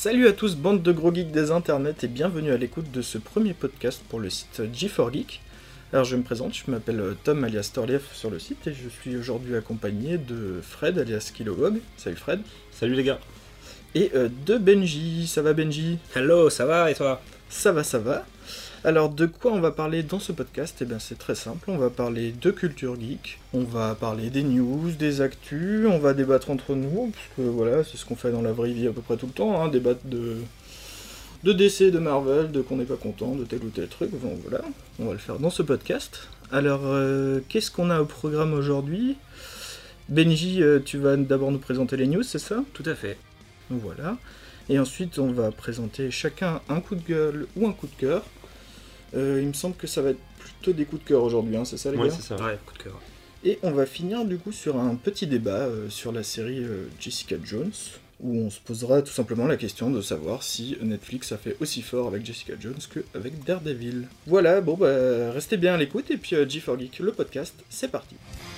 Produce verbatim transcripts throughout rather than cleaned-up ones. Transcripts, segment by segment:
Salut à tous, bande de gros geeks des internets, et bienvenue à l'écoute de ce premier podcast pour le site G quatre Geek. Alors je me présente, je m'appelle Tom alias Torlief sur le site et je suis aujourd'hui accompagné de Fred alias Kilowog. Salut Fred. Salut les gars. Et euh, de Benji. Ça va Benji? Hello, ça va et toi? Ça va, ça va. Alors de quoi on va parler dans ce podcast? Eh bien c'est très simple, on va parler de culture geek, on va parler des news, des actus, on va débattre entre nous, parce que voilà, c'est ce qu'on fait dans la vraie vie à peu près tout le temps, hein, débattre de, de D C, de Marvel, de qu'on n'est pas content, de tel ou tel truc, bon voilà, on va le faire dans ce podcast. Alors euh, qu'est-ce qu'on a au programme aujourd'hui? Benji, euh, tu vas d'abord nous présenter les news, c'est ça? Tout à fait. Voilà, et ensuite on va présenter chacun un coup de gueule ou un coup de cœur. Euh, il me semble que ça va être plutôt des coups de cœur aujourd'hui, hein, c'est ça les ouais, gars? Ouais, c'est ça, ouais, coup de cœur. Et on va finir du coup sur un petit débat euh, sur la série euh, Jessica Jones, où on se posera tout simplement la question de savoir si Netflix a fait aussi fort avec Jessica Jones qu'avec Daredevil. Voilà, bon bah restez bien à l'écoute, et puis euh, G quatre Geek, le podcast, c'est parti.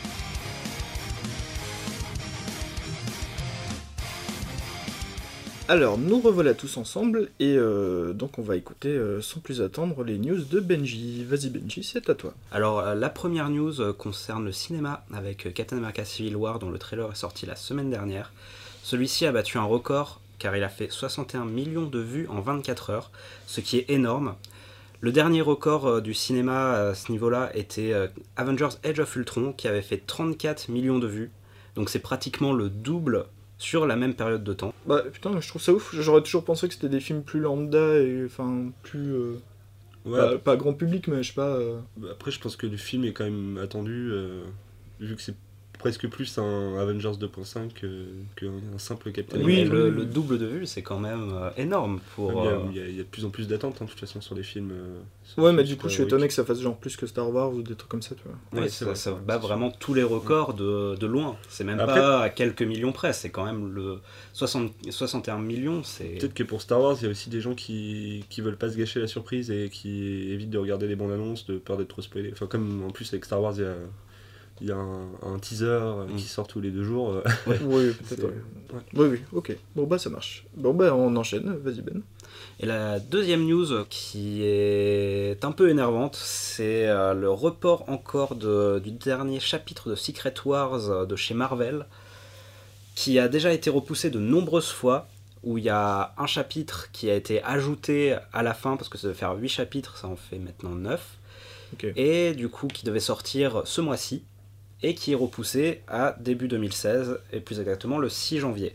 Alors, nous revoilà tous ensemble, et euh, donc on va écouter euh, sans plus attendre les news de Benji. Vas-y Benji, c'est à toi. Alors, euh, la première news euh, concerne le cinéma, avec euh, Captain America Civil War, dont le trailer est sorti la semaine dernière. Celui-ci a battu un record, car il a fait soixante et un millions de vues en vingt-quatre heures, ce qui est énorme. Le dernier record euh, du cinéma à ce niveau-là était euh, Avengers Age of Ultron, qui avait fait trente-quatre millions de vues, donc c'est pratiquement le double sur la même période de temps. Bah putain, je trouve ça ouf, j'aurais toujours pensé que c'était des films plus lambda et enfin plus... Euh, ouais. pas, pas grand public, mais je sais pas... Euh... Après je pense que le film est quand même attendu, euh, vu que c'est presque plus un Avengers deux point cinq que, qu'un simple Captain Oui, America. le, le double de vues c'est quand même euh, énorme pour... Il y, a, euh... il, y a, il y a de plus en plus d'attentes hein, de toute façon sur les films. Euh, sur ouais les mais films du coup je suis super-héroïques. étonné que ça fasse genre plus que Star Wars ou des trucs comme ça, tu vois. Ouais, Ouais, ça, c'est vrai, ça c'est vrai, bat c'est vraiment tous les records de, de loin. C'est même Après, pas à quelques millions près, c'est quand même le soixante, soixante et un millions. C'est... Peut-être que pour Star Wars, il y a aussi des gens qui, qui veulent pas se gâcher la surprise et qui évitent de regarder les bandes annonces, de peur d'être trop spoilés. Enfin, comme en plus avec Star Wars, il y a, il y a un, un teaser mm. qui sort tous les deux jours. Ouais. Oui, peut-être. Ouais. Ouais. Oui, oui, ok. Bon, bah ça marche. Bon, bah on enchaîne, vas-y Ben. Et la deuxième news qui est un peu énervante, c'est euh, le report encore de, du dernier chapitre de Secret Wars de chez Marvel, qui a déjà été repoussé de nombreuses fois, où il y a un chapitre qui a été ajouté à la fin, parce que ça devait faire huit chapitres, ça en fait maintenant neuf, okay. Et du coup qui devait sortir ce mois-ci, et qui est repoussé à début deux mille seize, et plus exactement le six janvier.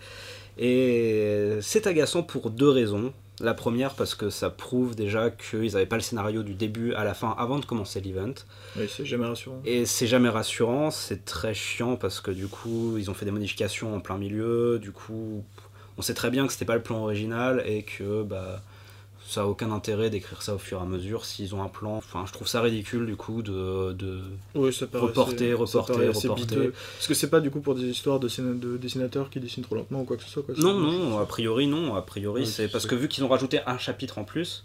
Et c'est agaçant pour deux raisons. La première parce que ça prouve déjà qu'ils n'avaient pas le scénario du début à la fin avant de commencer l'event. Oui, c'est jamais rassurant. Et c'est jamais rassurant, c'est très chiant parce que du coup ils ont fait des modifications en plein milieu, du coup on sait très bien que c'était pas le plan original et que bah ça a aucun intérêt d'écrire ça au fur et à mesure s'ils ont un plan. Enfin, je trouve ça ridicule du coup de, de oui, ça paraît reporter, assez, reporter, ça reporter. Parce que c'est pas du coup pour des histoires de, de dessinateurs qui dessinent trop lentement ou quoi que ce soit quoi. Non, non, a priori non. A priori, ouais, c'est parce c'est... que vu qu'ils ont rajouté un chapitre en plus,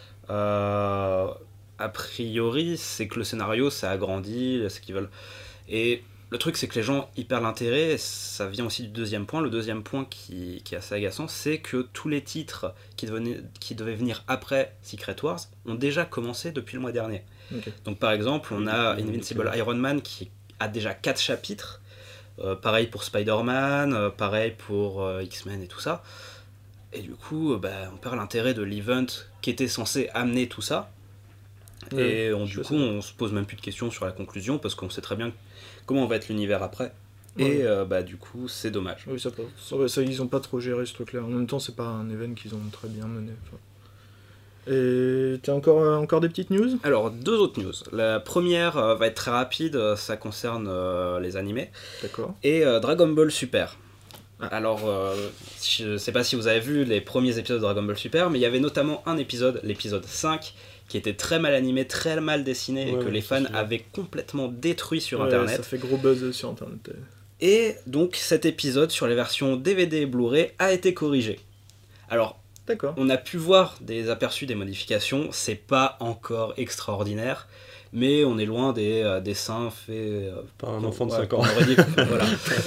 euh, a priori, c'est que le scénario s'est agrandi, c'est qu'ils veulent. Et le truc, c'est que les gens y perdent l'intérêt, ça vient aussi du deuxième point. Le deuxième point qui, qui est assez agaçant, c'est que tous les titres qui devenaient, qui devaient venir après Secret Wars ont déjà commencé depuis le mois dernier. Okay. Donc par exemple, on a Invincible okay. Iron Man qui a déjà quatre chapitres, euh, pareil pour Spider-Man, euh, pareil pour euh, X-Men et tout ça. Et du coup, euh, bah, on perd l'intérêt de l'event qui était censé amener tout ça. Ouais, et on, du coup, on se pose même plus de questions sur la conclusion parce qu'on sait très bien comment va être l'univers après. Ouais. Et euh, bah du coup, c'est dommage. Oui, ça, ça, ça, ils ont pas trop géré ce truc-là. En même temps, c'est pas un event qu'ils ont très bien mené. Enfin... Et t'as encore, encore des petites news ? Alors, deux autres news. La première euh, va être très rapide, ça concerne euh, les animés. D'accord. Et euh, Dragon Ball Super. Ah. Alors, euh, je sais pas si vous avez vu les premiers épisodes de Dragon Ball Super, mais il y avait notamment un épisode, l'épisode cinq, qui était très mal animé, très mal dessiné, ouais, et que les fans avaient complètement détruit sur ouais, Internet. Ça fait gros buzz sur Internet. Et donc cet épisode sur les versions D V D et Blu-ray a été corrigé. Alors, d'accord. On a pu voir des aperçus des modifications, c'est pas encore extraordinaire, mais on est loin des euh, dessins faits euh, par un enfant de ouais, cinq ans. Dit, voilà.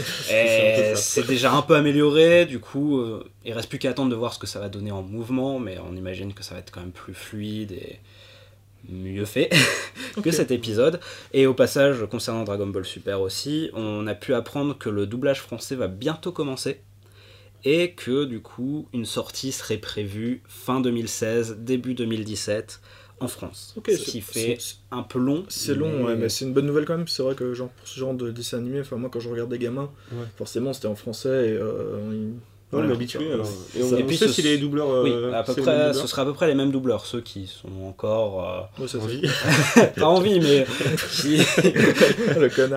Et c'est déjà un peu amélioré, du coup, euh, il reste plus qu'à attendre de voir ce que ça va donner en mouvement, mais on imagine que ça va être quand même plus fluide et mieux fait que okay. cet épisode. Et au passage, concernant Dragon Ball Super aussi, on a pu apprendre que le doublage français va bientôt commencer et que du coup une sortie serait prévue fin deux mille seize, début deux mille dix-sept en France. Okay, ce qui fait un peu long. C'est mais... long, ouais, mais c'est une bonne nouvelle quand même. C'est vrai que genre, pour ce genre de dessin animé, enfin moi quand je regardais gamin, ouais. forcément c'était en français et euh, il... On est habitué alors. Et on, et on puis sait ce... si les doubleurs. Euh, oui, à peu près, ce sera à peu près les mêmes doubleurs, ceux qui sont encore. Euh, ouais, ça, en vie. Pas en vie, mais. qui... Le connard.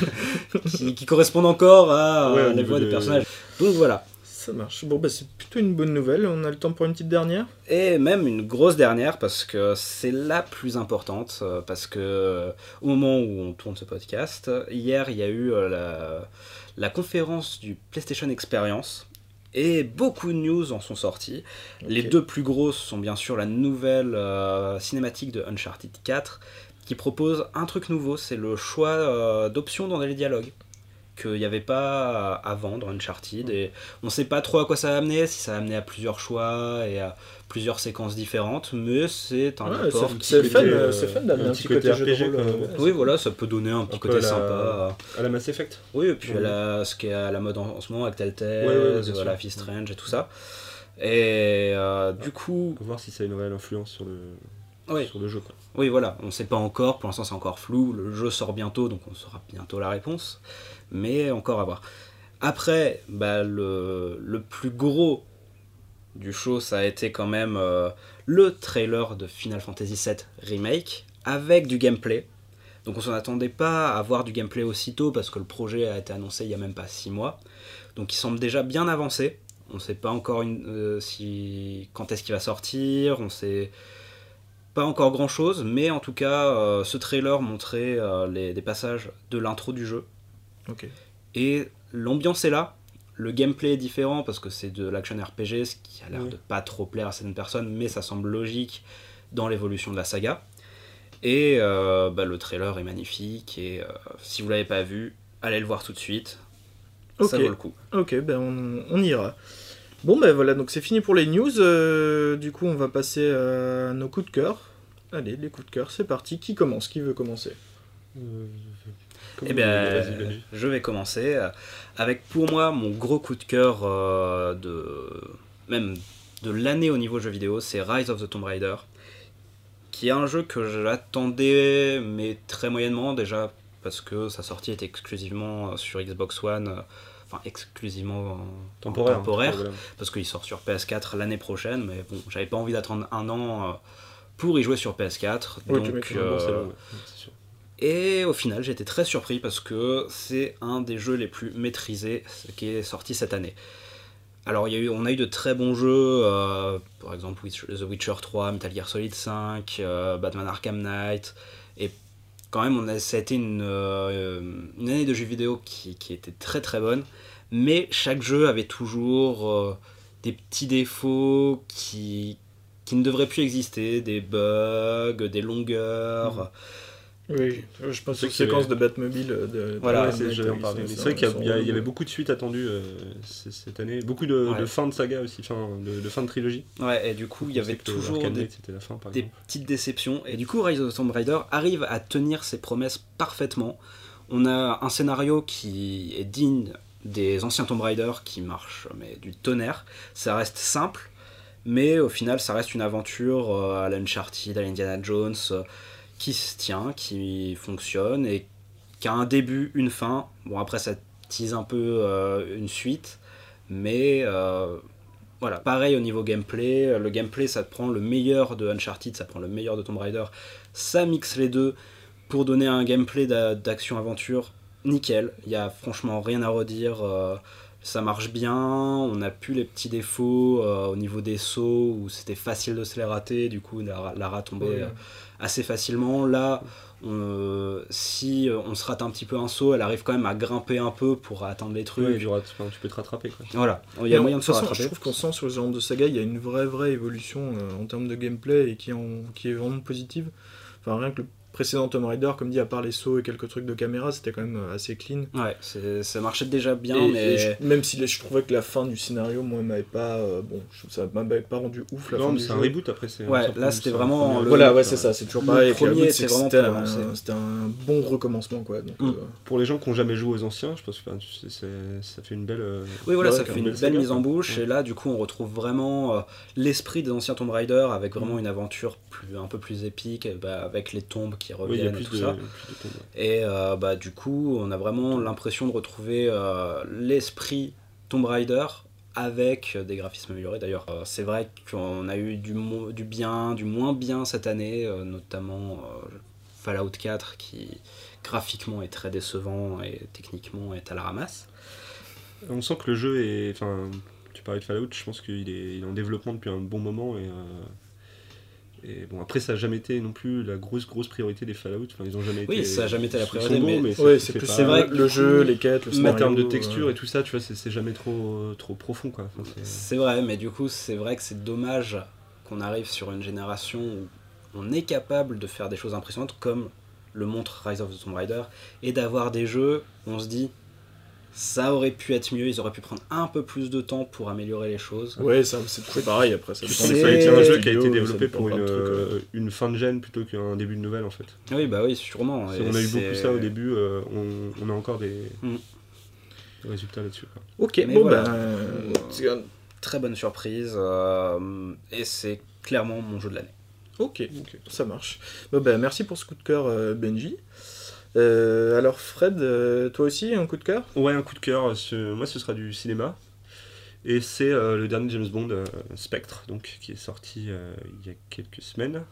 qui, qui correspondent encore à ouais, les voix de... des personnages. Donc voilà. Ça marche. Bon, bah c'est plutôt une bonne nouvelle. On a le temps pour une petite dernière. Et même une grosse dernière, parce que c'est la plus importante. Parce que au moment où on tourne ce podcast, hier, il y a eu la, la conférence du PlayStation Experience. Et beaucoup de news en sont sorties. Okay. Les deux plus grosses sont bien sûr la nouvelle euh, cinématique de Uncharted quatre qui propose un truc nouveau, c'est le choix euh, d'options dans les dialogues qu'il n'y avait pas avant dans Uncharted. Mm. Et on ne sait pas trop à quoi ça va amener, si ça va amener à plusieurs choix et à plusieurs séquences différentes, mais c'est un ouais, apport. C'est fun, euh, c'est fun d'amener un, un petit côté, côté jeu de rôle. Euh, oui, voilà, ça peut donner un petit un côté à la, sympa. À la Mass Effect. Oui, et puis ouais. à la, ce qui est à la mode en, en ce moment avec Telltale, ouais, ouais, voilà, Life is Strange et tout ça. Et euh, du coup... On peut voir si ça a une réelle influence sur le, oui. sur le jeu. Quoi. Oui, voilà, on ne sait pas encore, pour l'instant c'est encore flou, le jeu sort bientôt, donc on saura bientôt la réponse, mais encore à voir. Après, bah, le, le plus gros du show, ça a été quand même euh, le trailer de Final Fantasy sept Remake, avec du gameplay. Donc on s'en attendait pas à voir du gameplay aussitôt, parce que le projet a été annoncé il n'y a même pas six mois, donc il semble déjà bien avancé. On ne sait pas encore une, euh, si, quand est-ce qu'il va sortir, on sait pas encore grand chose, mais en tout cas, euh, ce trailer montrait euh, les, des passages de l'intro du jeu. Okay. Et l'ambiance est là, le gameplay est différent parce que c'est de l'action R P G, ce qui a l'air oui. de pas trop plaire à certaines personnes, mais ça semble logique dans l'évolution de la saga. Et euh, bah, le trailer est magnifique, et euh, si vous l'avez pas vu, allez le voir tout de suite. Okay. Ça vaut le coup. Ok, ben on, on ira. Bon ben voilà, donc c'est fini pour les news. Euh, du coup, on va passer à nos coups de cœur. Allez, les coups de cœur, c'est parti. Qui commence? Qui veut commencer? euh, Eh bien, vas-y, vas-y. Je vais commencer avec pour moi mon gros coup de cœur euh, de même de l'année au niveau jeu vidéo, c'est Rise of the Tomb Raider, qui est un jeu que j'attendais mais très moyennement déjà parce que sa sortie était exclusivement sur Xbox One. Enfin, exclusivement temporaire, temporaire hein, parce qu'il sort sur P S quatre l'année prochaine, mais bon, j'avais pas envie d'attendre un an pour y jouer sur P S quatre. Ouais, donc, euh, bon, c'est long, ouais. C'est sûr. Et au final, j'ai été très surpris parce que c'est un des jeux les plus maîtrisés qui est sorti cette année. Alors, il y a eu, on a eu de très bons jeux, euh, par exemple The Witcher trois, Metal Gear Solid cinq, euh, Batman Arkham Knight, et quand même, on a, ça a été une, euh, une année de jeux vidéo qui, qui était très très bonne, mais chaque jeu avait toujours euh, des petits défauts qui, qui ne devraient plus exister, des bugs, des longueurs. Mmh. Oui, je pense aux séquences de Batmobile. De, voilà, de c'est, j'allais en parler. C'est vrai qu'il y, a, il y avait beaucoup de suites attendues euh, cette année, beaucoup de, ouais. de fins de saga aussi, fin, de, de fin de trilogie. Ouais, et du coup, il y avait toujours des, la fin, des petites déceptions. Et du coup, Rise of the Tomb Raider arrive à tenir ses promesses parfaitement. On a un scénario qui est digne des anciens Tomb Raider, qui marche mais du tonnerre. Ça reste simple, mais au final, ça reste une aventure euh, à l'Uncharted, à l'Indiana Jones, euh, qui se tient, qui fonctionne et qui a un début, une fin. Bon, après ça tease un peu euh, une suite, mais euh, voilà, pareil au niveau gameplay. Le gameplay, ça te prend le meilleur de Uncharted, ça prend le meilleur de Tomb Raider, ça mixe les deux pour donner un gameplay d'a- d'action-aventure nickel. Il y a franchement rien à redire. Euh, ça marche bien, on n'a plus les petits défauts euh, au niveau des sauts où c'était facile de se les rater, du coup la, la rat tombait ouais. euh, assez facilement. Là, on, euh, si on se rate un petit peu un saut, elle arrive quand même à grimper un peu pour atteindre les trucs. Ouais, tu, tu peux te rattraper, quoi. Voilà, il y a Mais moyen on, de se rattraper. Je trouve qu'on sent sur ce genre de saga, il y a une vraie vraie évolution euh, en termes de gameplay et qui, en, qui est vraiment positive. Enfin, rien que le précédents Tomb Raider, comme dit, à part les sauts et quelques trucs de caméra, c'était quand même assez clean. Ouais, c'est, ça marchait déjà bien, et, mais... Et je, même si je trouvais que la fin du scénario, moi, m'avait pas... Euh, bon, je, ça m'avait pas rendu ouf, la non, fin mais du c'est jeu. un reboot, après, c'est... Ouais, là, c'était vraiment... Le... Voilà, ouais, c'est ça, c'est toujours pareil. Le premier, reboot, c'est que vraiment c'était pour un, avancer. c'était un bon recommencement, quoi. Donc, mm. euh... Pour les gens qui n'ont jamais joué aux anciens, je pense que c'est, c'est, ça fait une belle... Euh... Oui, voilà, ouais, ça fait une belle, saga, mise en quoi. bouche, Ouais. et là, du coup, on retrouve vraiment euh, l'esprit des anciens Tomb Raider, avec vraiment Mm. une aventure plus, un peu plus épique, bah, avec les tombes qui Oui, il y a reviennent plus et tout de, ça. plus de tombes, ouais. Et euh, bah, du coup, on a vraiment l'impression de retrouver euh, l'esprit Tomb Raider avec des graphismes améliorés. D'ailleurs, euh, c'est vrai qu'on a eu du, mo- du bien, du moins bien cette année, euh, notamment euh, Fallout quatre qui graphiquement est très décevant et techniquement est à la ramasse. On sent que le jeu est... Enfin, tu parlais de Fallout, je pense qu'il est, il est en développement depuis un bon moment et... Euh... Et bon, après, ça n'a jamais été non plus la grosse grosse priorité des Fallout. Enfin, ils ont jamais Oui, été. ça n'a jamais été la ils sont priorité, bons, mais- mais ça Ouais, se c'est fait plus pas- c'est vrai que le du jeu, coup, les quêtes, le En scénario. termes de texture euh, et tout ça, tu vois, c'est, c'est jamais trop trop profond, quoi. Enfin, c'est... C'est vrai, mais du coup, c'est vrai que c'est dommage qu'on arrive sur une génération où on est capable de faire des choses impressionnantes comme le montre Rise of the Tomb Raider et d'avoir des jeux où on se dit ça aurait pu être mieux, ils auraient pu prendre un peu plus de temps pour améliorer les choses. Ouais, ça, c'est toujours pareil après. Ça Je dépend pense des que ça a été un studios, jeu qui a été ça développé dépend pour plein une, de trucs, euh. euh, une fin de gêne plutôt qu'un début de nouvelle, en fait. Oui, bah oui, sûrement. Si Et on a eu c'est- beaucoup ça au début, euh, on, on a encore des, Mm. des résultats là-dessus, quoi. Ok, Mais bon voilà. ben. euh, c'est un- Très bonne surprise, euh, et c'est clairement mon jeu de l'année. Ok, Ok. ça marche. Bon, ben, merci pour ce coup de cœur, euh, Benji. Euh, alors, Fred, euh, toi aussi, un coup de cœur? Ouais, un coup de cœur. Ce... Moi, ce sera du cinéma. Et c'est euh, le dernier James Bond, euh, Spectre, donc, qui est sorti euh, il y a quelques semaines.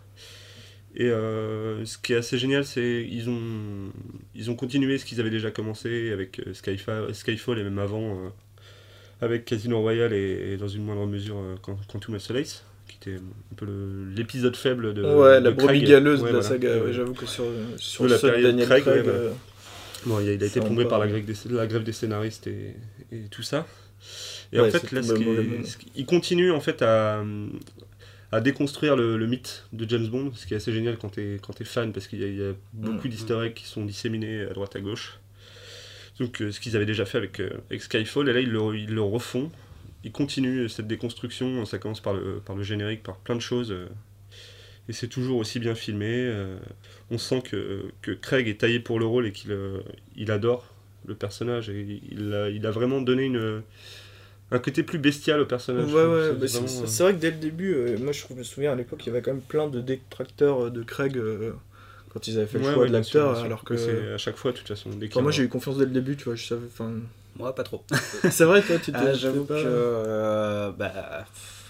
Et euh, ce qui est assez génial, c'est qu'ils ont, ils ont continué ce qu'ils avaient déjà commencé avec euh, Skyfall, Skyfall et même avant, euh, avec Casino Royale et, et dans une moindre mesure euh, Quantum of Solace, qui était un peu le- l'épisode faible de Ouais, de la brebis Craig. galeuse Ouais, de la voilà. saga. Euh, Ouais, j'avoue que sur, sur de la ceux de période Daniel Craig, Craig, ouais, voilà. euh, Bon, il a, il a été Ça, on plombé peut- par la grève, des, la grève des scénaristes et, et tout ça. Et Ouais, en fait, c'est là, ce tombé qui au mauvais est- moment. ce qui- il continue en fait à, à déconstruire le, le mythe de James Bond, ce qui est assez génial quand t'es quand t'es fan, parce qu'il y a, il y a beaucoup Mm. d'easter eggs qui sont disséminés à droite à gauche. Donc, euh, ce qu'ils avaient déjà fait avec, euh, avec Skyfall, et là, ils le, ils le refont. Ils continuent cette déconstruction, ça commence par le, par le générique, par plein de choses. euh, Et c'est toujours aussi bien filmé. euh, On sent que, que Craig est taillé pour le rôle et qu'il euh, il adore le personnage. Et il a, il a vraiment donné une, un côté plus bestial au personnage. Ouais, je trouve. ouais, C'est bah, c'est, vraiment, c'est- euh, c'est vrai que dès le début, euh, moi je me souviens à l'époque, il y avait quand même plein de détracteurs euh, de Craig euh, quand ils avaient fait le ouais, choix ouais, de bien sûr, l'acteur, bien sûr. alors que. Mais c'est à chaque fois, de toute façon. Dès qu'il Enfin, y a moi un- j'ai eu confiance dès le début, tu vois, je savais. Enfin... Moi, pas trop. C'est vrai, toi, tu t'es. Ah, tu j'avoue t'es que pas- euh, bah,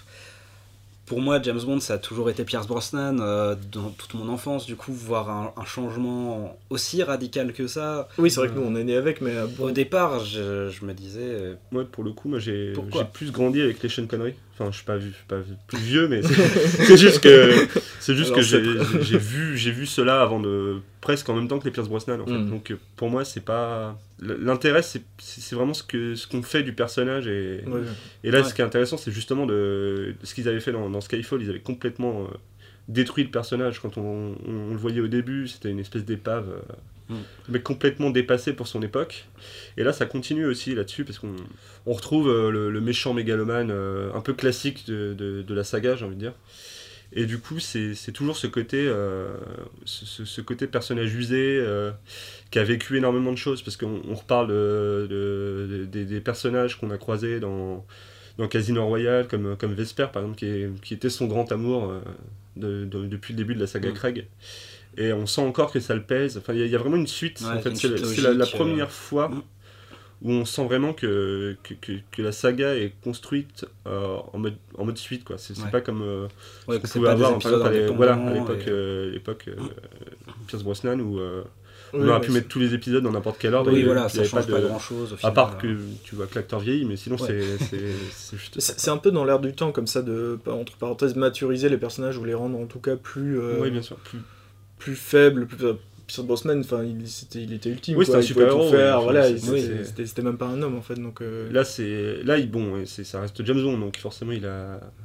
pour moi, James Bond, ça a toujours été Pierce Brosnan euh, dans toute mon enfance. Du coup, voir un, un changement aussi radical que ça. Oui, c'est vrai que nous on est né avec, mais euh, bon. Au départ, je, je me disais. euh, Moi, pour le coup, moi, j'ai, Pourquoi j'ai plus grandi avec les Sean Connery. Enfin, je suis pas, vu- je suis pas plus vieux, mais c'est, c'est juste que, c'est juste Alors, que c'est j'ai, j'ai- j'ai vu, j'ai vu cela avant de presque en même temps que les Pierce Brosnan. En fait. Mm. Donc, euh, pour moi, c'est pas l'intérêt, c'est, c'est c'est vraiment ce que ce qu'on fait du personnage et, Ouais. et là, Ouais. ce qui est intéressant, c'est justement de, de ce qu'ils avaient fait dans, dans Skyfall. Ils avaient complètement euh, détruit le personnage quand on, on, on le voyait au début. C'était une espèce d'épave. euh, Mm. mais complètement dépassé pour son époque. Et là, ça continue aussi là-dessus, parce qu'on on retrouve euh, le, le méchant mégalomane euh, un peu classique de, de, de la saga, j'ai envie de dire. Et du coup, c'est, c'est toujours ce côté, euh, ce, ce- ce côté personnage usé, euh, qui a vécu énormément de choses, parce qu'on on reparle de, de- de- des, des personnages qu'on a croisés dans, dans Casino Royale, comme, comme Vesper, par exemple, qui, est- qui était son grand amour euh, de- de- depuis le début de la saga Mm. Craig. Et on sent encore que ça le pèse. Enfin, il y, a- il y a vraiment une suite. Ouais, en fait, une c'est, suite c'est la, la logique, première euh, fois mm. où on sent vraiment que, que, que, que la saga est construite euh, en, mode, en mode suite. Quoi. C'est, c'est Ouais. pas comme euh, Ouais, ce qu'on c'est pouvait pas des avoir par exemple, à, l'é- épisodes voilà, à indépendants l'époque, et- euh, l'époque euh, Pierce Brosnan, où euh, Oui, on aurait mais pu c'est- mettre tous les épisodes dans n'importe quel ordre. Oui, et voilà, il y ça avait change pas, de- grand chose. À part que tu vois que l'acteur vieillit, mais sinon Ouais. c'est, c'est, c'est juste ça. C'est, c'est un peu dans l'air du temps, comme ça, de, entre parenthèses, maturiser les personnages ou les rendre en tout cas plus, euh, Oui, bien sûr. Plus, plus faibles. Plus... Pierce Brosnan, enfin, il, c'était, il était ultime. Oui, quoi. c'était un Il pouvait tout super-héros, faire, ouais, voilà, enfin, il- c'est- c'était, c'est- c'était, c'était même pas un homme en fait. Donc, euh, Là, c'est là, il, bon, c'est, ça reste James Bond, donc forcément, il a,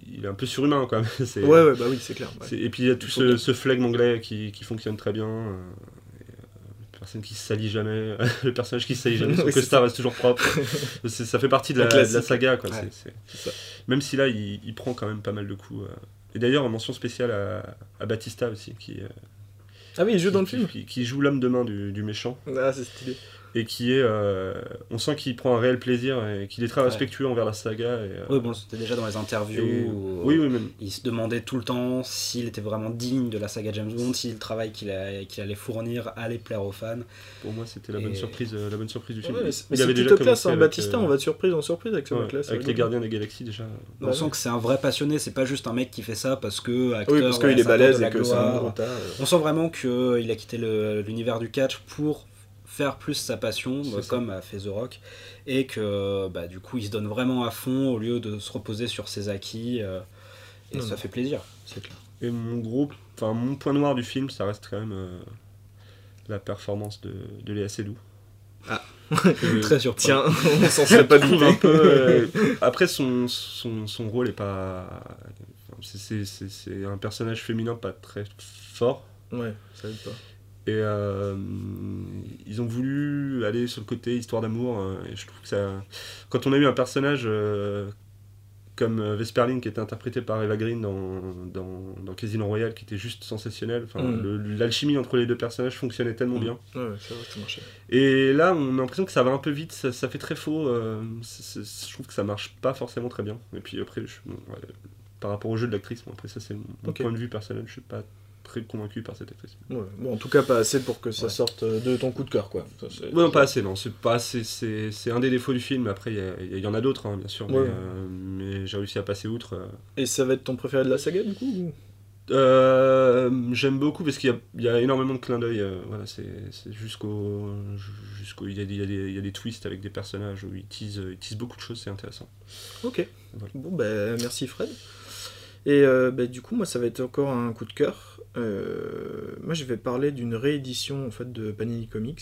il est un peu surhumain quand même. C'est, ouais, ouais, bah oui, c'est clair. Ouais. C'est, et puis il y a tout ce, ce flegme anglais qui, qui fonctionne très bien. Euh, et, euh, personne qui se salit jamais. Le personnage qui se salit jamais, son oui, costard reste toujours propre. c'est, ça fait partie de la, de la saga. Quoi. Ouais. C'est, c'est, c'est même si là, il, il prend quand même pas mal de coups. Euh. Et d'ailleurs, mention spéciale à, à Batista aussi, qui, euh, ah oui, il joue qui, dans le qui, film. Qui, qui joue l'homme de main du, du méchant. Ah, c'est stylé. Et qui est, euh, on sent qu'il prend un réel plaisir et qu'il est très Ouais. respectueux envers la saga. Et, euh, Oui, bon, c'était déjà dans les interviews et, où oui, oui, même. il se demandait tout le temps s'il était vraiment digne de la saga James Bond, si le travail qu'il, a, qu'il allait fournir allait plaire aux fans. Pour moi, c'était la, Et... bonne surprise, euh, la bonne surprise du film. Ouais, mais il c'est, il c'est avait plutôt déjà classe, commencé hein, avec, Batista, euh, on va de surprise en surprise avec ce ouais, mec-là. avec les Gardiens des Galaxies déjà. On Bah sent ouais. que c'est un vrai passionné, c'est pas juste un mec qui fait ça parce que acteur, Oui, parce ouais, qu'il est ça apporte balèze de la et que c'est un gloire. gros tas. euh. On sent vraiment qu'il a quitté le, l'univers du catch pour faire plus sa passion, bah, comme a fait The Rock, et que bah, du coup il se donne vraiment à fond au lieu de se reposer sur ses acquis, euh, et Non, ça non. fait plaisir. C'est clair. Et mon gros, enfin mon point noir du film, ça reste quand même euh, la performance de, de Léa Seydoux. Ah. Que- Très surpris. Tiens, on s'en serait pas je trouve douté. un peu. euh, Après, son, son, son rôle est pas. C'est, c'est, c'est, c'est un personnage féminin pas très fort. Ouais, ça aide pas. Et euh, ils ont voulu aller sur le côté histoire d'amour. euh, Et je trouve que ça. Quand on a eu un personnage euh, comme euh, Vesperling qui était interprété par Eva Green dans, dans, dans Casino Royale, qui était juste sensationnel. Enfin, Mm. le- l'alchimie entre les deux personnages fonctionnait tellement Mm. bien. Ouais, ouais, c'est vrai que ça marchait. Et là, on a l'impression que ça va un peu vite, ça, ça fait très faux. euh, c'est- c'est- je trouve que ça marche pas forcément très bien. Et puis après, je- bon, ouais, par rapport au jeu de l'actrice, bon, après ça c'est mon Ok. point de vue personnel, je suis pas très convaincu par cette actrice. Ouais. Bon, en tout cas, pas assez pour que ça Ouais. sorte de ton coup de cœur, quoi. Ça, c'est- Ouais, non, pas assez, non. C'est pas assez, c'est, c'est un des défauts du film. Après, il y, a- il y en a d'autres, hein, bien sûr, mais, Ouais. euh, mais j'ai réussi à passer outre. euh. Et ça va être ton préféré de la saga, du coup ou... Euh, j'aime beaucoup parce qu'il y a, il y a énormément de clins d'œil. euh, voilà, c'est, c'est jusqu'au, jusqu'au, il y a des, il y a des, il y a des twists avec des personnages où ils teasent, ils teasent beaucoup de choses, c'est intéressant. Ok. Voilà. Bon, bah, merci Fred. Et euh, bah, du coup, moi, ça va être encore un coup de cœur. Euh, moi, je vais parler d'une réédition en fait de Panini Comics,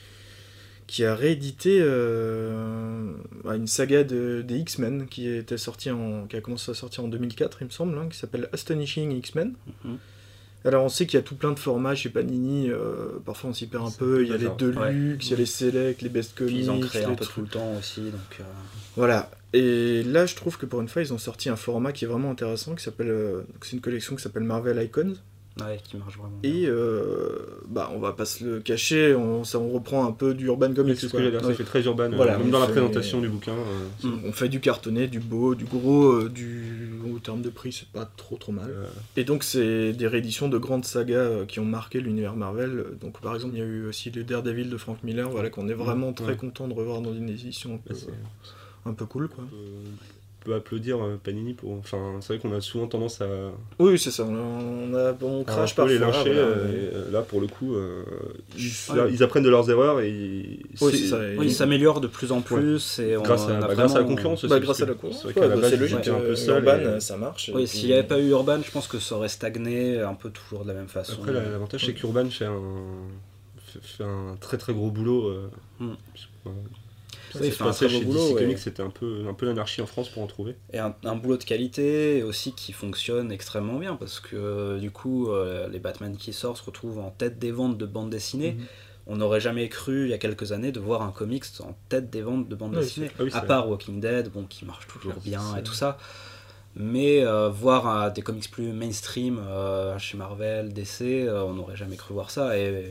qui a réédité euh, bah, une saga de, des X-Men qui était sortie en, qui a commencé à sortir en deux mille quatre, il me semble, hein, qui s'appelle Astonishing X-Men. Mhm. Alors, on sait qu'il y a tout plein de formats chez Panini. Euh, parfois, on s'y perd un C'est peu. Il y a les bizarre. Deluxe, il y a les Select, les Best Comics. Puis ils en créent un les peu trucs. tout le temps aussi, donc... euh, Voilà. Et là, je trouve que pour une fois, ils ont sorti un format qui est vraiment intéressant, qui s'appelle, euh, donc c'est une collection qui s'appelle Marvel Icons. ouais, qui marche vraiment Et bien. euh, bah, on va pas se le cacher, on, ça, on reprend un peu du Urban Oui, Comics. c'est ce que quoi. j'allais dire, ça Ouais. fait très urbain, Voilà, euh, même on dans la fait- présentation du bouquin. euh, Mm. On fait du cartonné, du beau, du gros, euh, du au terme de prix, c'est pas trop trop mal. euh, Et donc c'est des rééditions de grandes sagas euh, qui ont marqué l'univers Marvel. Donc par exemple, il y a eu aussi le Daredevil de Frank Miller, voilà qu'on est vraiment très Ouais. content de revoir dans une édition un peu, bah, c'est- un peu cool, quoi. on peut applaudir euh, Panini pour. Enfin, c'est vrai qu'on a souvent tendance à, Oui, c'est ça. On, on, a, on à crache un peu parfois. les lyncher. voilà, euh, mais- et, euh, là, pour le coup, euh, ils, Ouais. ils apprennent de leurs erreurs et ils- Oui, c'est ça. Oui, Et- ils s'améliorent de plus en plus, et on grâce, à, a bah, vraiment... grâce à la concurrence aussi. Bah, parce grâce à que la course, C'est vrai ouais, qu'à la bah, base, c'est ils logique, étaient un peu euh, seuls. Urban, et- ça marche. et Oui, puis- s'il n'y avait pas eu Urban, je pense que ça aurait stagné un peu toujours de la même façon. Après, la- l'avantage, c'est qu'Urban fait un, fait, fait un très très gros boulot. Euh, Mm. euh, Oui, ça il se fait un passait très beau chez boulot, D C ouais. Comics, c'était un peu, un peu l'anarchie en France pour en trouver. Et un, un boulot de qualité aussi qui fonctionne extrêmement bien, parce que euh, du coup, euh, les Batman qui sortent se retrouvent en tête des ventes de bandes dessinées. Mhm. On n'aurait jamais cru, il y a quelques années, de voir un comics en tête des ventes de bandes Oui, dessinées. c'est- ah oui, à c'est part Walking Dead, bon, qui marche toujours Ah, bien c'est- et tout ça. Mais euh, voir euh, des comics plus mainstream euh, chez Marvel, D C, euh, on n'aurait jamais cru voir ça. Et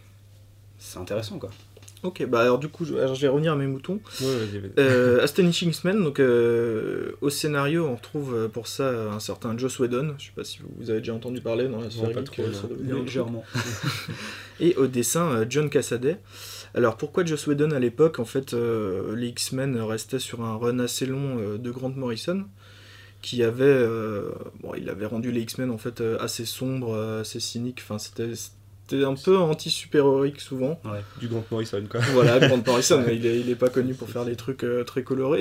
c'est intéressant, quoi. Ok, bah alors du coup, je, alors, je vais revenir à mes moutons. Ouais, vas-y, vas-y. Euh, Astonishing X-Men, donc euh, au scénario, on retrouve euh, pour ça euh, un certain Joss Whedon. Je sais pas si vous, vous avez déjà entendu parler dans la série. pas geek, trop, euh, non. ça doit vous dire un truc. Légèrement. Et au dessin, euh, John Cassaday. Alors pourquoi Joss Whedon à l'époque? En fait, euh, les X-Men restaient sur un run assez long euh, de Grant Morrison, qui avait, euh, bon, il avait rendu les X-Men en fait euh, assez sombres, euh, assez cyniques. Enfin, c'était c'était un peu anti-super-héroïque souvent. Ouais. Du Grant Morrison, quoi. Voilà, Grant Morrison, il est, il est pas connu pour faire des trucs euh, très colorés.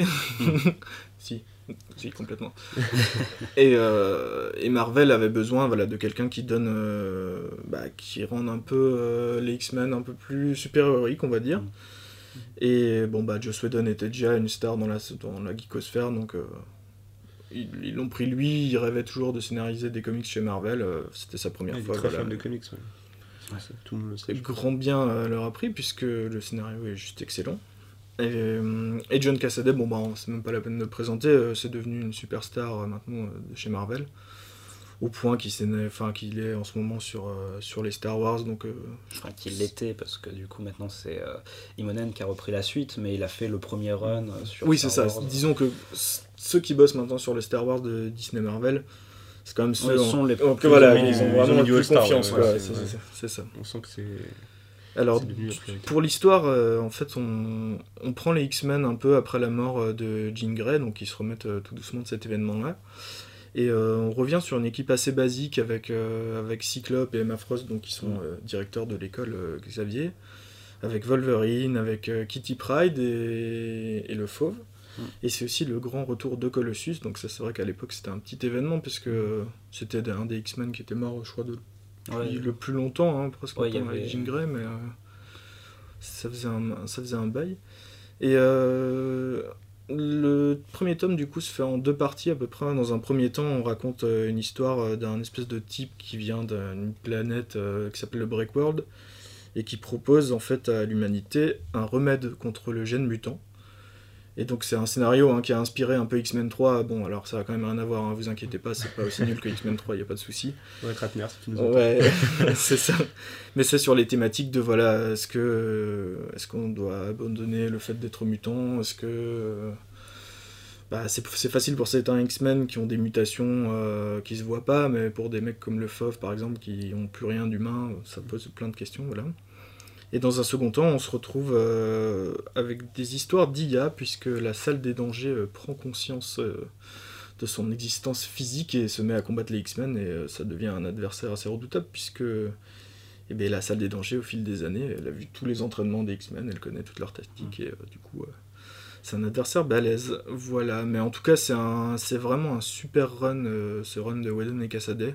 si, si, complètement. et, euh, et Marvel avait besoin, voilà, de quelqu'un qui donne, euh, bah, qui rende un peu euh, les X-Men un peu plus super-héroïques, on va dire. Mm. Et bon, bah, Joss Whedon était déjà une star dans la, dans la geekosphère, donc euh, ils, ils l'ont pris lui, il rêvait toujours de scénariser des comics chez Marvel, euh, c'était sa première Il est fois. très Voilà. fan de comics, ouais. Ouais, ça, tout le monde le sait. Grand bien euh, leur a pris, puisque le scénario est juste excellent. Et, euh, et John Cassaday, bon bah c'est même pas la peine de le présenter, euh, c'est devenu une superstar euh, maintenant euh, de chez Marvel, au point qu'il, enfin, qu'il est en ce moment sur, euh, sur les Star Wars, donc... Euh, enfin qu'il l'était, parce que du coup maintenant c'est euh, Immonen qui a repris la suite, mais il a fait le premier run euh, sur oui, Star c'est Wars. ça, disons que c- ceux qui bossent maintenant sur les Star Wars de Disney Marvel, c'est quand même ceux Ouais, en- sont les que plus voilà, ou moins- ils ont ils vraiment ont le mis plus All-Star, confiance, ouais, quoi, ouais, c'est, ouais. c'est- c'est ça. On sent que c'est... Alors, c'est devenu la priorité. pour l'histoire, euh, en fait, on, on prend les X-Men un peu après la mort euh, de Jean Grey, donc ils se remettent euh, tout doucement de cet événement-là. Et euh, on revient sur une équipe assez basique avec, euh, avec Cyclope et Emma Frost, donc qui sont euh, directeurs de l'école euh, Xavier, avec Wolverine, avec euh, Kitty Pryde et, et le Fauve. Mm. Et c'est aussi le grand retour de Colossus, donc ça c'est vrai qu'à l'époque c'était un petit événement, puisque euh, c'était un des X-Men qui était mort, je crois, de, Ouais. depuis le plus longtemps, hein, presque Ouais, autant il y avait- avec Jean Grey, mais euh, ça, faisait un, ça faisait un bail. Et euh, le premier tome, du coup, se fait en deux parties à peu près. Dans un premier temps, on raconte euh, une histoire euh, d'un espèce de type qui vient d'une planète euh, qui s'appelle le Breakworld et qui propose en fait à l'humanité un remède contre le gène mutant. Et donc c'est un scénario hein, qui a inspiré un peu X-Men trois. Bon, alors ça a quand même rien à voir, hein, vous inquiétez pas, c'est pas aussi nul que X-Men trois, il n'y a pas de souci. Ouais, Kratner, si tu nous entends. Ouais, c'est ça. Mais c'est sur les thématiques de voilà, est-ce que est-ce qu'on doit abandonner le fait d'être mutant, est-ce que bah, c'est, c'est facile pour certains X-Men qui ont des mutations euh, qui se voient pas, mais pour des mecs comme le Fauve par exemple qui ont plus rien d'humain, ça pose plein de questions, voilà. Et dans un second temps, on se retrouve euh, avec des histoires d'I A, puisque la salle des dangers euh, prend conscience euh, de son existence physique et se met à combattre les X-Men, et euh, ça devient un adversaire assez redoutable, puisque eh bien, la salle des dangers, au fil des années, elle a vu tous les entraînements des X-Men, elle connaît toutes leurs tactiques, et euh, du coup, euh, c'est un adversaire balèze. Voilà, mais en tout cas, c'est, un, c'est vraiment un super run, euh, ce run de Whedon et Cassaday.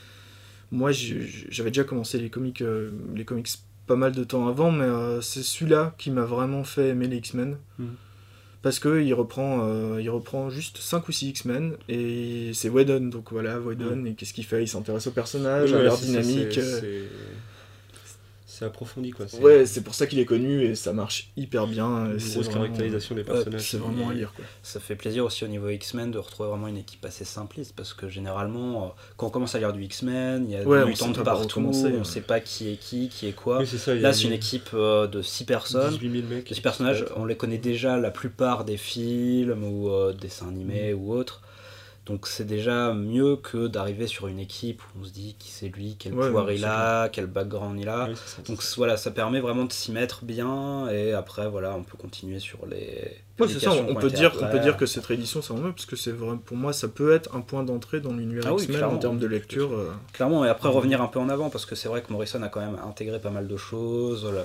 Moi, j'ai, j'avais déjà commencé les comics, euh, les comics pas mal de temps avant, mais euh, c'est celui-là qui m'a vraiment fait aimer les X-Men. Mm. Parce qu'il reprend, euh, il reprend juste cinq ou six X-Men, et c'est Whedon, donc voilà, Whedon, Mm. et qu'est-ce qu'il fait? Il s'intéresse aux personnages, Ouais, à leur c'est ça, dynamique. c'est- euh, c'est- C'est approfondi, quoi. C'est Ouais, c'est pour ça qu'il est connu, et ça marche hyper bien. une et c'est grosse vraiment- caractérisation des ouais, personnages. c'est vraiment à lire, quoi. Ça fait plaisir aussi au niveau X-Men de retrouver vraiment une équipe assez simpliste, parce que généralement, euh, quand on commence à lire du X-Men, il y a Ouais, des on mutants sait de pas par où partout, commencer, on ouais. sait pas qui est qui, qui est quoi. Oui, c'est ça, il y a Là, c'est une équipe euh, de six personnes. dix-huit mille mecs. Ces personnages, on les connaît déjà la plupart des films ou euh, dessins animés ou autres. Donc c'est déjà mieux que d'arriver sur une équipe où on se dit qui c'est lui, quel Ouais, pouvoir ouais, il c'est a, quel background il a. Ouais, c'est ça, Donc c'est ça. voilà, ça permet vraiment de s'y mettre bien et après voilà, on peut continuer sur les. Ouais, c'est ça, publications on qui ont peut, été dire, on après. peut dire que cette réédition, c'est en mieux, parce que c'est vrai, pour moi, ça peut être un point d'entrée dans l'univers Ah oui, X-Men en clairement. termes de lecture. euh. Clairement, et après Mhm. revenir un peu en avant, parce que c'est vrai que Morrison a quand même intégré pas mal de choses, le,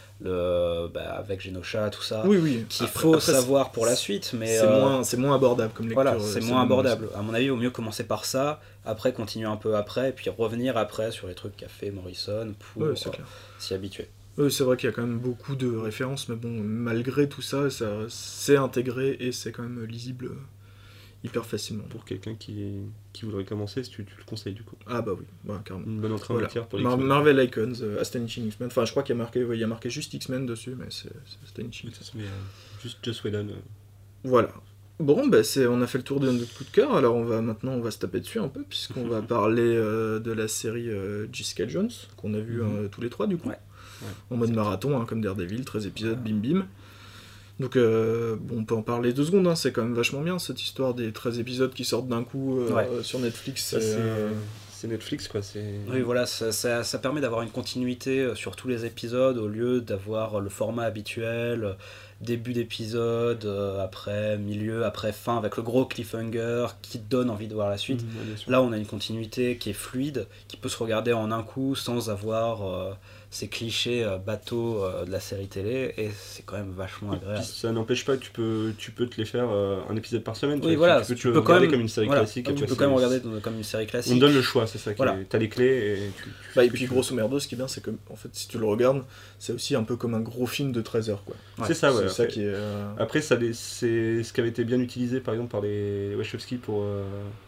le, bah, avec Genosha, tout ça, Oui, oui. qu'il Après- faut après, savoir pour la suite, mais c'est, euh, moins, c'est moins abordable comme lecture. voilà, euh, c'est c'est moins vraiment- abordable. À mon avis, il vaut mieux commencer par ça, après continuer un peu après, et puis revenir après sur les trucs qu'a fait Morrison pour Ouais, c'est euh, clair. s'y habituer. Oui, c'est vrai qu'il y a quand même beaucoup de références, mais bon, malgré tout ça, ça c'est intégré et c'est quand même lisible euh, hyper facilement. Pour quelqu'un qui, qui voudrait commencer, si tu, tu le conseilles du coup. Ah bah oui, ouais, carrément. Une bonne entrée en Voilà. matière pour les Mar- X-Men. Marvel Icons, euh, Astonishing X-Men. Enfin, je crois qu'il y a marqué, ouais, il y a marqué juste X-Men dessus, mais c'est, c'est Astonishing. De toute façon, mais, euh, juste Joss Whedon. euh, Voilà. Bon, bah c'est, on a fait le tour de notre coup de cœur, alors on va maintenant on va se taper dessus un peu, puisqu'on va parler euh, de la série euh, Jessica Jones, qu'on a vu Mhm. euh, tous les trois du coup, Ouais. en mode marathon, hein, comme Daredevil, treize épisodes, bim bim. Donc euh, bon, on peut en parler deux secondes, hein, c'est quand même vachement bien cette histoire des treize épisodes qui sortent d'un coup euh, Ouais. sur Netflix. Ça, et, c'est, euh, c'est Netflix, quoi. C'est... Oui, voilà, ça, ça, ça permet d'avoir une continuité euh, sur tous les épisodes au lieu d'avoir le format habituel, euh, début d'épisode, euh, après milieu, après fin, avec le gros cliffhanger qui te donne envie de voir la suite. Mhm, ouais, bien sûr. Là, on a une continuité qui est fluide, qui peut se regarder en un coup sans avoir euh, ces clichés euh, bateaux euh, de la série télé, et c'est quand même vachement Puis agréable. ça n'empêche pas que tu peux, tu peux te les faire euh, un épisode par semaine. tu Oui, vois, voilà, tu peux, tu te le peux quand regarder même- comme une série Voilà, classique. tu après, peux c'est- quand même regarder dans- comme une série classique. On te donne le choix, c'est ça. qui Voilà. est- T'as les clés et tu. tu fais Bah, ce et que puis tu veux. grosso merdo, ce qui est bien, c'est que en fait, si tu le regardes, c'est aussi un peu comme un gros film de treize heures, quoi. Ouais, c'est ça, ouais. ça après, qui est. euh, après ça, les- c'est ce qui avait été bien utilisé par exemple par les Wachowski pour, euh,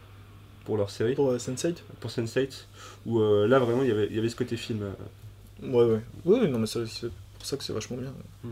pour leur série, Pour euh, sense eight. pour sense eight, où euh, là vraiment il y avait, il y avait ce côté film. euh. Ouais, ouais. Oui, oui, non, mais ça, c'est pour ça que c'est vachement bien. Mm.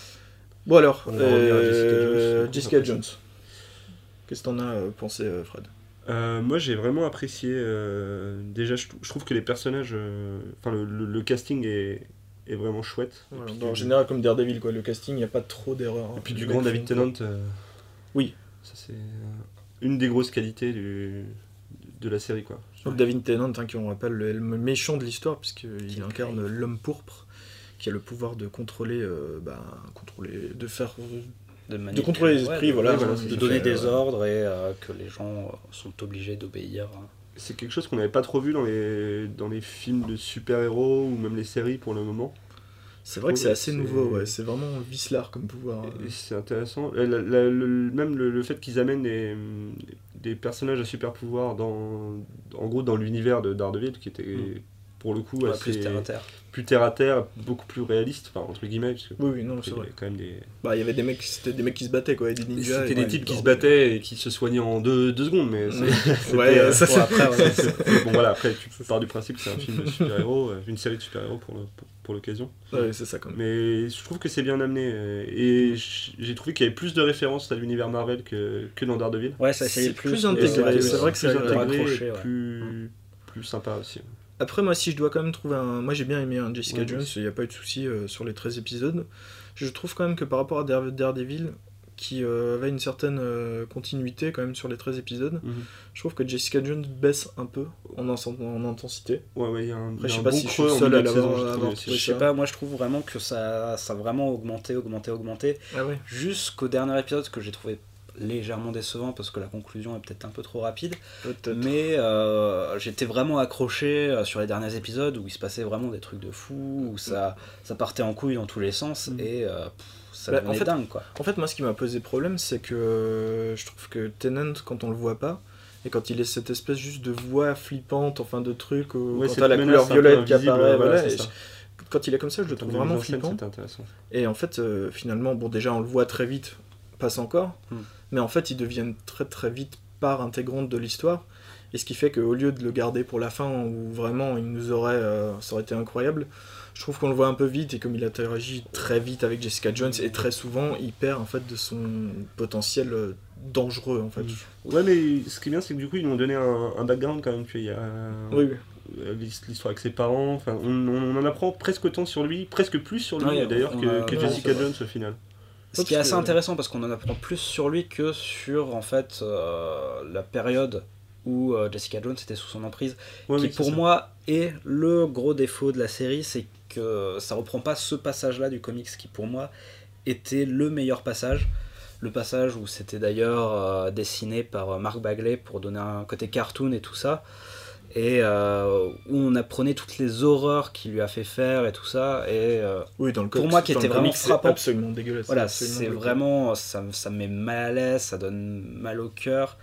Bon, alors, On va revenir à euh, Jessica Jones, du coup, Jessica après Jones. Qu'est-ce que t'en as euh, pensé, euh, Fred? Euh, moi j'ai vraiment apprécié, euh, déjà je, trou- je trouve que les personnages, euh, enfin le, le- le casting est, est vraiment chouette. Voilà, et puis, bah, en du- général, comme Daredevil, quoi. Le casting, il n'y a pas trop d'erreurs. et puis Le du mec grand fait David une- Tennant, euh, Oui. ça c'est euh, une des grosses qualités du, de la série quoi. Donc David Tennant, hein, qui on rappelle le, le méchant de l'histoire, puisqu'il Qui est incarne Grey. l'homme pourpre, qui a le pouvoir de contrôler, euh, bah, contrôler, de faire, De, de contrôler les esprits, de, voilà, ouais, voilà, hein, c'est de il donner fait, des euh, ordres et euh, que les gens euh, sont obligés d'obéir. C'est quelque chose qu'on n'avait pas trop vu dans les, dans les films de super-héros ou même les séries pour le moment. C'est vrai que c'est trouve, assez c'est- nouveau, ouais. C'est vraiment vicelard comme pouvoir. Et c'est intéressant. La- la- la- le- même le, le fait qu'ils amènent des, des personnages à super pouvoir dans, en gros dans l'univers de Daredevil, qui était Mm. pour le coup Ouais, assez plus terre à terre. plus terre à terre, beaucoup plus réaliste, enfin entre guillemets, parce que Oui, oui, non, après, c'est il y vrai. avait quand même des. Bah, il y avait des mecs, c'était des mecs qui se battaient, quoi, et des ninjas. C'était et des ouais, types qui se bordel. battaient et qui se soignaient en deux, deux secondes, mais c'est- c'était, Ouais, euh, ça, Bon, c'est- après, ouais, bon voilà, après tu pars du principe que c'est un film de super-héros, euh, une série de super-héros pour, le- pour, pour l'occasion. Ouais, c'est ça quand même. Mais je trouve que c'est bien amené, euh, et j- j'ai trouvé qu'il y avait plus de références à l'univers Marvel que, que dans Daredevil. ouais, ça essayait C'est plus, plus de- intégré, ouais, c'est vrai que plus c'est intégré, raccroché, et ouais. plus, plus sympa aussi. Après, moi, si je dois quand même trouver un. Moi, j'ai bien aimé un Jessica Ouais, Jones, moi aussi. il n'y a pas eu de souci euh, sur les treize épisodes. Je trouve quand même que par rapport à Dare- Daredevil, qui euh, avait une certaine euh, continuité quand même sur les treize épisodes, Mhm. je trouve que Jessica Jones baisse un peu en, ins- en intensité. Ouais, ouais, il y a un, Après, il y je a sais un pas bon si je suis creux le en seul milieu à de l'avoir- saison, à j'ai trouvé avoir aussi. trouvé Je sais ça. pas, moi je trouve vraiment que ça, ça a vraiment augmenté, augmenté, augmenté, Ah ouais. jusqu'au dernier épisode que j'ai trouvé légèrement décevant parce que la conclusion est peut-être un peu trop rapide, Peut-être. mais euh, j'étais vraiment accroché euh, sur les derniers épisodes où il se passait vraiment des trucs de fou, où ça, ça partait en couille dans tous les sens Mhm. et euh, pff, ça Bah, en devenait fait, dingue quoi. En fait, moi, ce qui m'a posé problème, c'est que euh, je trouve que Tennant, quand on le voit pas, et quand il est cette espèce juste de voix flippante, enfin de truc, euh, Ouais, quand cette t'as la menace couleur un peu violette qui invisible, apparaît, voilà, voilà, c'est et ça. je- quand il est comme ça, je le En termes trouve de vraiment mise en scène, flippant. c'était intéressant. Et en fait, euh, finalement, bon, déjà, on le voit très vite, passe encore, Hmm. mais en fait, ils deviennent très très vite part intégrante de l'histoire. Et ce qui fait qu'au lieu de le garder pour la fin, où vraiment il nous aurait, euh, ça aurait été incroyable, je trouve qu'on le voit un peu vite, et comme il interagit très vite avec Jessica Jones, et très souvent, il perd en fait de son potentiel euh, dangereux en fait. Ouais, mais ce qui est bien, c'est que du coup, ils nous ont donné un, un background quand même. Tu vois, il y a Oui, oui. euh, l'histoire avec ses parents. Enfin, on, on en apprend presque autant sur lui, presque plus sur lui Ouais, d'ailleurs on que, a- que ouais, Jessica c'est vrai. Jones au final. Ce qui est parce assez que- intéressant parce qu'on en apprend plus sur lui que sur en fait euh, la période où euh, Jessica Jones était sous son emprise, Ouais, qui oui, c'est pour ça. moi est le gros défaut de la série, c'est que ça reprend pas ce passage-là du comics qui pour moi était le meilleur passage. Le passage où c'était d'ailleurs euh, dessiné par euh, Mark Bagley pour donner un côté cartoon et tout ça, et euh, où on apprenait toutes les horreurs qu'il lui a fait faire et tout ça, et euh, Oui, dans le Pour co- moi, qui dans était le vraiment comic, c'est frappant. absolument dégueulasse. voilà, absolument c'est bloqué. vraiment, ça, ça me met mal à l'aise, ça donne mal au cœur.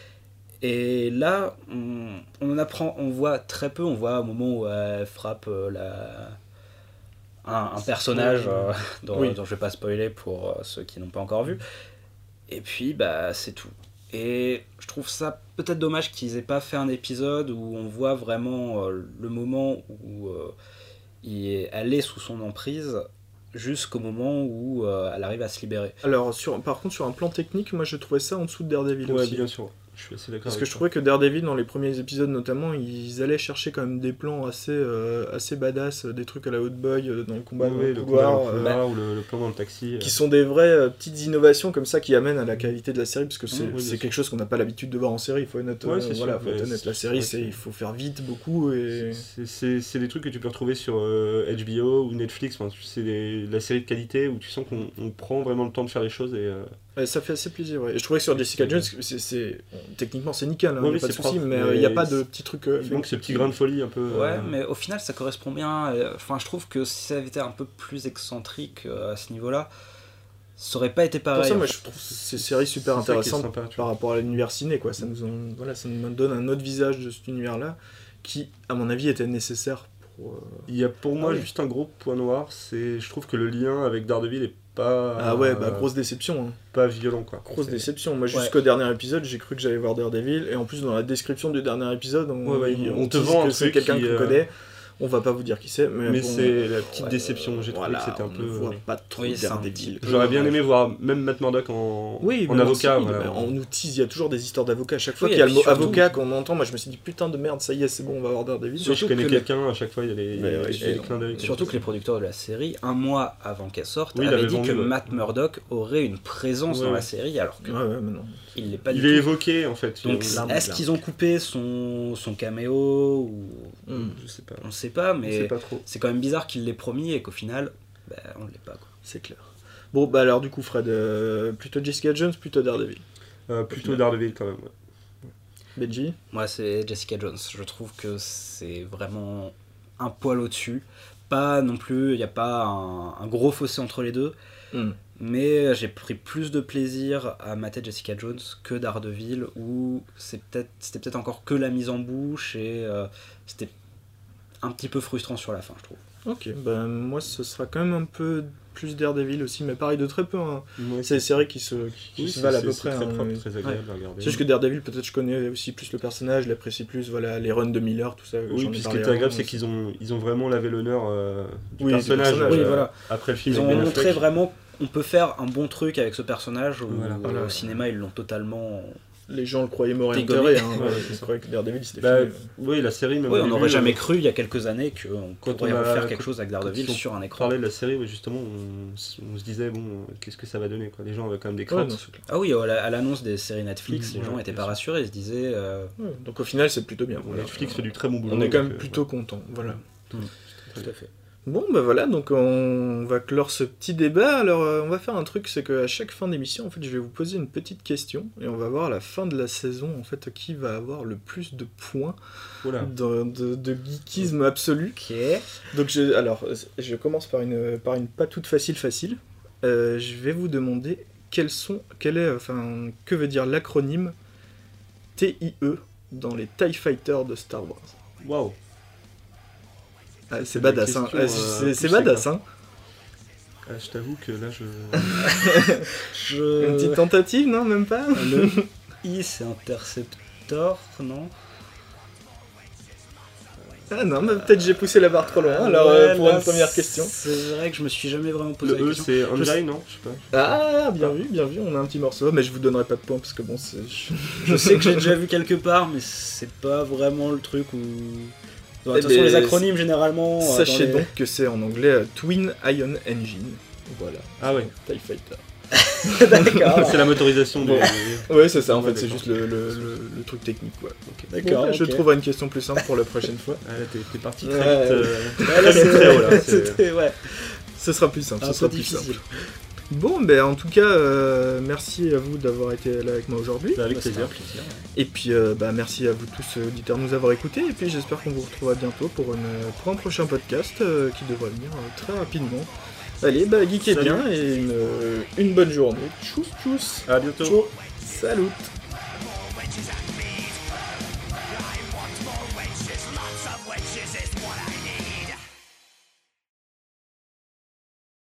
Et là, on, on en apprend, on voit très peu, on voit au moment où elle frappe euh, la, un, un personnage euh, dont, Oui. dont je vais pas spoiler pour euh, ceux qui n'ont pas encore vu. Et puis, bah, c'est tout. Et je trouve ça peut-être dommage qu'ils aient pas fait un épisode où on voit vraiment euh, le moment où euh, il est, elle est sous son emprise jusqu'au moment où euh, elle arrive à se libérer. Alors, sur, par contre, sur un plan technique, moi je trouvais ça en dessous de Daredevil Ouais, aussi. bien sûr. Je suis assez d'accord. Parce que avec je toi. trouvais que Daredevil, dans les premiers épisodes notamment, ils allaient chercher quand même des plans assez, euh, assez badass, euh, des trucs à la Hot Boy euh, dans le combat dans Ouais, le le couloir, couloir, dans le euh, couloir ou le, le plan dans le taxi. qui euh. sont des vraies euh, petites innovations comme ça qui amènent à la qualité de la série, parce que c'est Mmh, oui, bien c'est sûr. quelque chose qu'on n'a pas l'habitude de voir en série, il faut être honnête. Ouais, euh, c'est voilà, sûr, faut être mais honnête. c'est- La série, c'est c'est vrai que- il faut faire vite beaucoup et C'est- C'est c'est des trucs que tu peux retrouver sur euh, H B O ou Netflix. Enfin, c'est des- la série de qualité où tu sens qu'on on prend vraiment le temps de faire les choses. Et, euh, ouais, ça fait assez plaisir. Ouais. Et je trouvais que sur Jessica Jones, c'est c'est- bon, techniquement c'est nickel, hein, Ouais, y a oui, pas de c'est souci, propre, mais mais il n'y a pas de petits trucs. euh, il manque ce petit grain de folie un peu. Ouais, euh, mais au final, ça correspond bien. euh, Enfin, je trouve que si ça avait été un peu plus excentrique euh, à ce niveau-là, ça aurait pas été Pour pareil. ça, en moi fait. je trouve ces séries super c'est ça qui est intéressantes sympa, tu par vois. rapport à l'univers ciné, quoi. Ça nous, en- voilà, ça nous donne un autre visage de cet univers-là qui, à mon avis, était nécessaire pour. euh, Il y a pour moi Ah oui. juste un gros point noir, c'est je trouve que le lien avec Daredevil est pas... Ah ouais, bah grosse déception. Hein. Pas violent, quoi. Grosse C'est... déception. Moi, Ouais. jusqu'au dernier épisode, j'ai cru que j'allais voir Daredevil, et en plus, dans la description du dernier épisode, on, Ouais, ouais, on, on te dit vend que un c'est truc quelqu'un qui, qu'on euh, connaît. On va pas vous dire qui c'est, mais, Mais bon, c'est la petite ouais, déception, j'ai trouvé voilà, que c'était un on peu... ne voit pas trop Oui, c'est un Daredevil. petit peu- J'aurais bien Ouais. aimé voir même Matt Murdock en, Oui, en mais avocat. aussi, Voilà. bah, on nous tease, il y a toujours des histoires d'avocats. À chaque fois Oui, qu'il y a et le puis mot surtout- avocat qu'on entend, moi je me suis dit putain de merde, ça y est, c'est bon, on va avoir Daredevil. Surtout, je Surtout connais que quelqu'un, à chaque fois, il y a les, Mais il y a ouais, des et- clins d'œil. Surtout que les producteurs de la série, un mois avant qu'elle sorte, Oui, il avaient avait dit vendu, que ouais. Matt Murdock aurait une présence Ouais, dans la ouais. série, alors Ouais, ouais, mais non. qu'il l'est pas Il du est tout. évoqué, en fait. Donc, Il- l'arme est-ce blanche. qu'ils ont coupé son, son caméo ou... Hmm. Je sais pas. On sait pas, Je sais mais pas trop. c'est quand même bizarre qu'il l'ait promis et qu'au final, bah, on l'ait pas. Quoi. C'est clair. Bon, bah alors du coup, Fred, euh, plutôt Jessica Jones, plutôt Daredevil. Euh, plutôt Daredevil, quand même. Ouais. Benji. Moi, c'est Jessica Jones. Je trouve que c'est vraiment un poil au-dessus. Pas non plus, il n'y a pas un, un gros fossé entre les deux. Hmm. Mais j'ai pris plus de plaisir à mater Jessica Jones que Daredevil, où c'est peut-être, c'était peut-être encore que la mise en bouche et euh, c'était un petit peu frustrant sur la fin, je trouve. Ok, bah moi ce sera quand même un peu plus Daredevil aussi, mais pareil de très peu. Hein. Ouais, C'est des séries qui se, qui, qui oui, se c'est- valent à c'est- peu c'est près. très hein, propre, mais- très agréable à regarder. C'est juste que Daredevil, peut-être je connais aussi plus le personnage, je l'apprécie plus, voilà, les runs de Miller, tout ça. Oui, j'en ai puis ce qui parlé est agréable, avant, c'est qu'ils ont, ils ont vraiment lavé l'honneur euh, du Oui, du personnage. personnage, Oui, euh, voilà. Après le film, Ils ont avec Ben montré Affleck. vraiment qu'on peut faire un bon truc avec ce personnage, où Voilà, voilà. au cinéma ils l'ont totalement... Les gens le croyaient mort et Dégommé. enterré, hein, Ouais, ouais, c'est ils ça. croyaient que Daredevil c'était Bah, fini. oui, la série, même Oui, au on début, n'aurait jamais euh, cru il y a quelques années qu'on Quand pourrait on a- faire quelque quand- chose avec Daredevil quand ils ont sur un écran. parlait de la série, ouais, justement, on, s- on se disait, bon, euh, qu'est-ce que ça va donner, quoi. Les gens avaient quand même des Ouais, craintes. non, c'est clair. Ah oui, à la- à l'annonce des séries Netflix, Mmh, les gens ouais, n'étaient bien pas sûr. rassurés, ils se disaient... euh, Ouais, donc au final c'est plutôt bien. Bon, voilà. Netflix fait du très bon boulot. On est quand donc, même euh, plutôt content, voilà. Tout à fait. Bon, bah voilà, donc on va clore ce petit débat. Alors, euh, on va faire un truc, c'est qu'à chaque fin d'émission, en fait, je vais vous poser une petite question et on va voir à la fin de la saison, en fait, qui va avoir le plus de points Voilà. de, de, de geekisme absolu. Ok. Donc, je, alors, je commence par une, par une pas toute facile facile. Euh, je vais vous demander quels sont, quel est, enfin, que veut dire l'acronyme T I E dans les TIE Fighters de Star Wars. Waouh. Ah, c'est C'est des badass, hein. questions, Ah, euh, c'est c'est poussées, badass, quoi. hein. Ah, je t'avoue que là, je. Je... Une petite tentative, non, même pas. Le I, c'est Interceptor, non? Ah non, mais peut-être j'ai poussé la barre trop loin, alors Ouais, euh, pour là, une première question. C'est vrai que je me suis jamais vraiment posé Le la E, question. c'est Je Hyundai, non Je sais pas. Ah, bien vu, bien vu, on a un petit morceau, mais je vous donnerai pas de points parce que bon, c'est... Je sais que j'ai déjà vu quelque part, mais c'est pas vraiment le truc où... Bon, de Eh toute façon, ben, les acronymes, généralement... euh, Sachez dans les- donc que c'est en anglais euh, Twin Ion Engine. Voilà. Ah ouais. TIE Fighter. D'accord. C'est la motorisation Bon. du. Ouais, c'est ça, en Ouais, fait, c'est d'accord. juste le, le, le, le truc technique, quoi. Ok. D'accord, Bon, je ok. trouverai une question plus simple pour la prochaine fois. Ah là, t'es t'es parti Ouais. très vite. euh, Ouais, là, très, très haut, là, c'est- c'est- c'était- ouais, Ce sera plus simple, un ce peu sera plus difficile. simple. Bon, ben en tout cas, euh, merci à vous d'avoir été là avec moi aujourd'hui. Bah, avec Ouais, c'était plaisir. un plaisir, ouais. Et puis, euh, bah, merci à vous tous, euh, auditeurs, de nous avoir écoutés. Et puis, j'espère qu'on vous retrouvera bientôt pour, une, pour un prochain podcast euh, qui devrait venir euh, très rapidement. Allez, bah, geekez Salut. bien et une, euh, une bonne journée. Tchuss, tchuss. À bientôt. Ciao. Salut. Witches and bees. I want more witches, lots of witches is what I need.